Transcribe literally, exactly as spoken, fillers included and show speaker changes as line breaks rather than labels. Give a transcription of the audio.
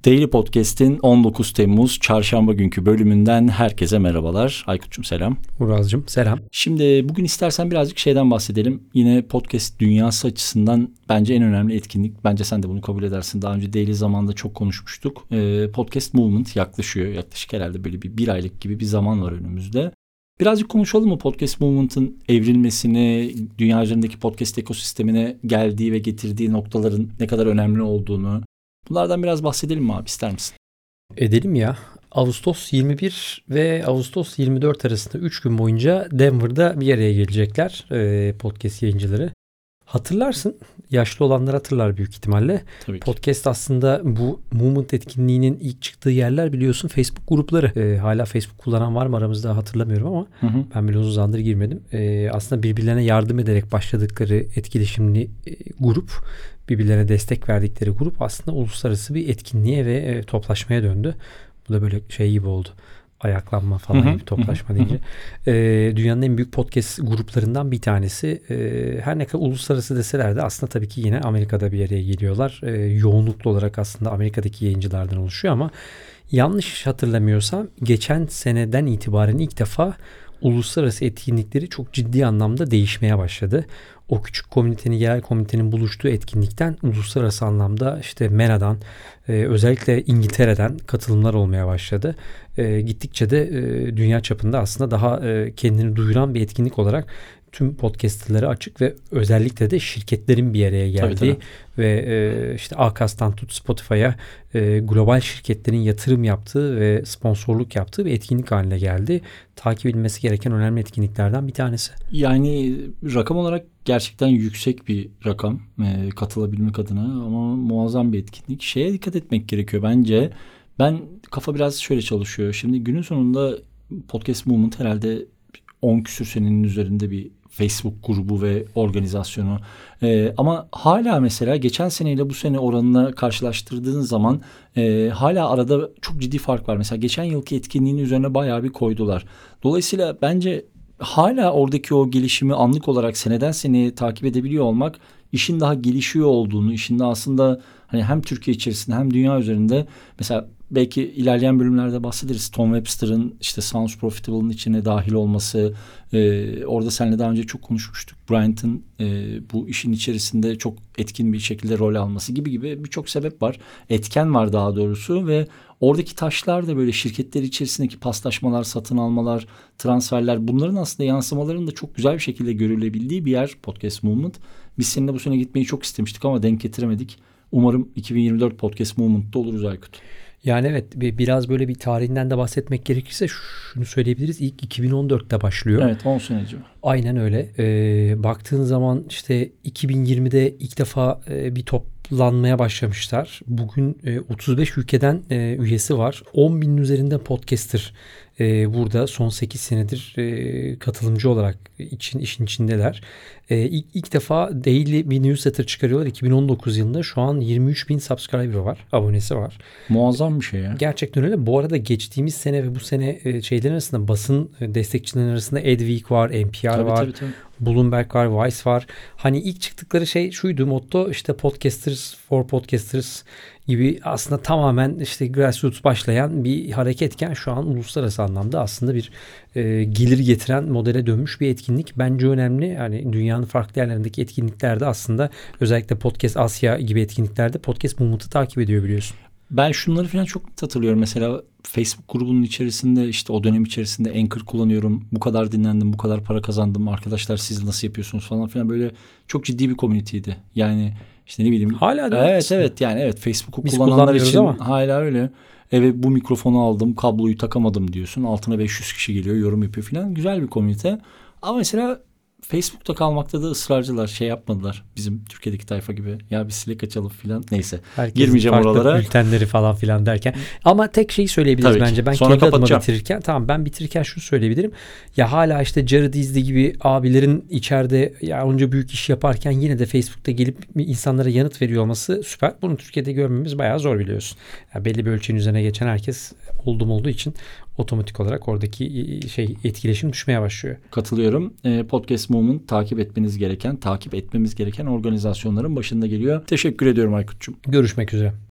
Daily Podcast'in on dokuz Temmuz Çarşamba günkü bölümünden herkese merhabalar. Aykut'cum selam.
Uraz'cığım selam.
Şimdi bugün istersen birazcık şeyden bahsedelim. Yine podcast dünyası açısından bence en önemli etkinlik. Bence sen de bunu kabul edersin. Daha önce Daily zamanında çok konuşmuştuk. Ee, podcast Movement yaklaşıyor. Yaklaşık herhalde böyle bir, bir aylık gibi bir zaman var önümüzde. Birazcık konuşalım mı Podcast Movement'ın evrilmesini, dünya üzerindeki podcast ekosistemine geldiği ve getirdiği noktaların ne kadar önemli olduğunu. Bunlardan biraz bahsedelim mi abi, ister misin?
Edelim ya. Ağustos yirmi bir ve Ağustos yirmi dört arasında üç gün boyunca Denver'da bir araya gelecekler podcast yayıncıları. Hatırlarsın, yaşlı olanlar hatırlar büyük ihtimalle.
Tabii ki.
Podcast aslında bu Movement etkinliğinin ilk çıktığı yerler biliyorsun Facebook grupları. Ee, hala Facebook kullanan var mı aramızda hatırlamıyorum ama hı hı. ben bile uzun zamandır girmedim. Ee, aslında birbirlerine yardım ederek başladıkları etkileşimli e, grup, birbirlerine destek verdikleri grup aslında uluslararası bir etkinliğe ve e, toplaşmaya döndü. Bu da böyle şey gibi oldu. Ayaklanma falan
hı hı,
gibi toplaşma
hı,
deyince. Ee, dünyanın en büyük podcast gruplarından bir tanesi. Ee, her ne kadar uluslararası deseler de aslında tabii ki yine Amerika'da bir araya geliyorlar. Ee, yoğunluklu olarak aslında Amerika'daki yayıncılardan oluşuyor ama yanlış hatırlamıyorsam geçen seneden itibaren ilk defa uluslararası etkinlikleri çok ciddi anlamda değişmeye başladı. O küçük komünitenin, yerel komünitenin buluştuğu etkinlikten uluslararası anlamda işte MENA'dan, e, özellikle İngiltere'den katılımlar olmaya başladı. E, gittikçe de e, dünya çapında aslında daha e, kendini duyuran bir etkinlik olarak tüm podcast'lere açık ve özellikle de şirketlerin bir araya geldiği tabii, tabii. ve e, işte Acast'tan tut Spotify'a e, global şirketlerin yatırım yaptığı ve sponsorluk yaptığı bir etkinlik haline geldi. Takip edilmesi gereken önemli etkinliklerden bir tanesi.
Yani rakam olarak gerçekten yüksek bir rakam e, katılabilmek adına ama muazzam bir etkinlik. Şeye dikkat etmek gerekiyor bence. Ben kafa biraz şöyle çalışıyor. Şimdi günün sonunda Podcast Movement herhalde on küsür senenin üzerinde bir Facebook grubu ve organizasyonu. Ee, ama hala mesela geçen seneyle bu sene oranına karşılaştırdığın zaman e, hala arada çok ciddi fark var. Mesela geçen yılki etkinliğin üzerine bayağı bir koydular. Dolayısıyla bence hala oradaki o gelişimi anlık olarak seneden seneye takip edebiliyor olmak işin daha gelişiyor olduğunu, işin de aslında hani hem Türkiye içerisinde hem dünya üzerinde mesela belki ilerleyen bölümlerde bahsederiz. Tom Webster'ın işte Sounds Profitable'ın içine dahil olması, e, orada seninle daha önce çok konuşmuştuk. Bryant'ın e, bu işin içerisinde çok etkin bir şekilde rol alması gibi gibi birçok sebep var. Etken var daha doğrusu ve oradaki taşlar da böyle şirketler içerisindeki paslaşmalar, satın almalar, transferler, bunların aslında yansımalarının da çok güzel bir şekilde görülebildiği bir yer Podcast Movement. Biz seninle bu sene gitmeyi çok istemiştik ama denk getiremedik. Umarım iki bin yirmi dört Podcast Movement'ta oluruz Aykut.
Yani evet, biraz böyle bir tarihinden de bahsetmek gerekirse şunu söyleyebiliriz. İlk iki bin on dörtte başlıyor.
Evet, on sene önce.
Aynen öyle. Ee, baktığın zaman işte iki bin yirmide ilk defa e, bir toplanmaya başlamışlar. Bugün e, otuz beş ülkeden e, üyesi var. on binin üzerinde podcaster e, burada son sekiz senedir e, katılımcı olarak için işin içindeler. E, ilk, ilk defa daily bir newsletter çıkarıyorlar iki bin on dokuz yılında. Şu an yirmi üç bin subscriber var, abonesi var.
Muazzam bir şey ya.
Gerçekten öyle. Bu arada geçtiğimiz sene ve bu sene e, şeylerin arasında, basın destekçilerin arasında Adweek var, N P R
tabii,
var,
tabii, tabii.
Bloomberg var, Vice var. Hani ilk çıktıkları şey şuydu, motto işte Podcasters for Podcasters gibi, aslında tamamen işte grassroots başlayan bir hareketken şu an uluslararası anlamda aslında bir e, gelir getiren modele dönmüş bir etkinlik. Bence önemli. Yani dünyanın farklı yerlerindeki etkinliklerde aslında özellikle Podcast Asya gibi etkinliklerde Podcast Movement'ı takip ediyor biliyorsun.
Ben şunları falan çok hatırlıyorum. Mesela Facebook grubunun içerisinde işte o dönem içerisinde Anchor kullanıyorum. Bu kadar dinlendim, bu kadar para kazandım. Arkadaşlar siz nasıl yapıyorsunuz falan filan, böyle çok ciddi bir komüniteydi. Yani işte ne bileyim.
Hala da
evet evet yani evet Facebook'u
biz
kullananlar için
ama
hala öyle. Evet, bu mikrofonu aldım, kabloyu takamadım diyorsun. Altına beş yüz kişi geliyor, yorum yapıyor filan. Güzel bir komünite. Ama mesela Facebook'ta kalmakta da ısrarcılar, şey yapmadılar bizim Türkiye'deki tayfa gibi. Ya bir Slack açalım filan. Neyse.
Herkesin
girmeyeceğim oralara.
Bültenleri falan filan derken. Ama tek şeyi söyleyebiliriz
Tabii
bence. Ben
sonra
kendi adıma
kapatacağım.
bitirirken, tamam ben bitirirken şunu söyleyebilirim. Ya hala işte Jared Izdi gibi abilerin içeride ya onca büyük iş yaparken yine de Facebook'ta gelip insanlara yanıt veriyor olması süper. Bunu Türkiye'de görmemiz bayağı zor biliyorsun. Yani belli bir ölçeğin üzerine geçen herkes oldum olduğu için otomatik olarak oradaki şey etkileşim düşmeye başlıyor.
Katılıyorum. Podcast Movement takip etmeniz gereken, takip etmemiz gereken organizasyonların başında geliyor. Teşekkür ediyorum Aykut'cum.
Görüşmek üzere.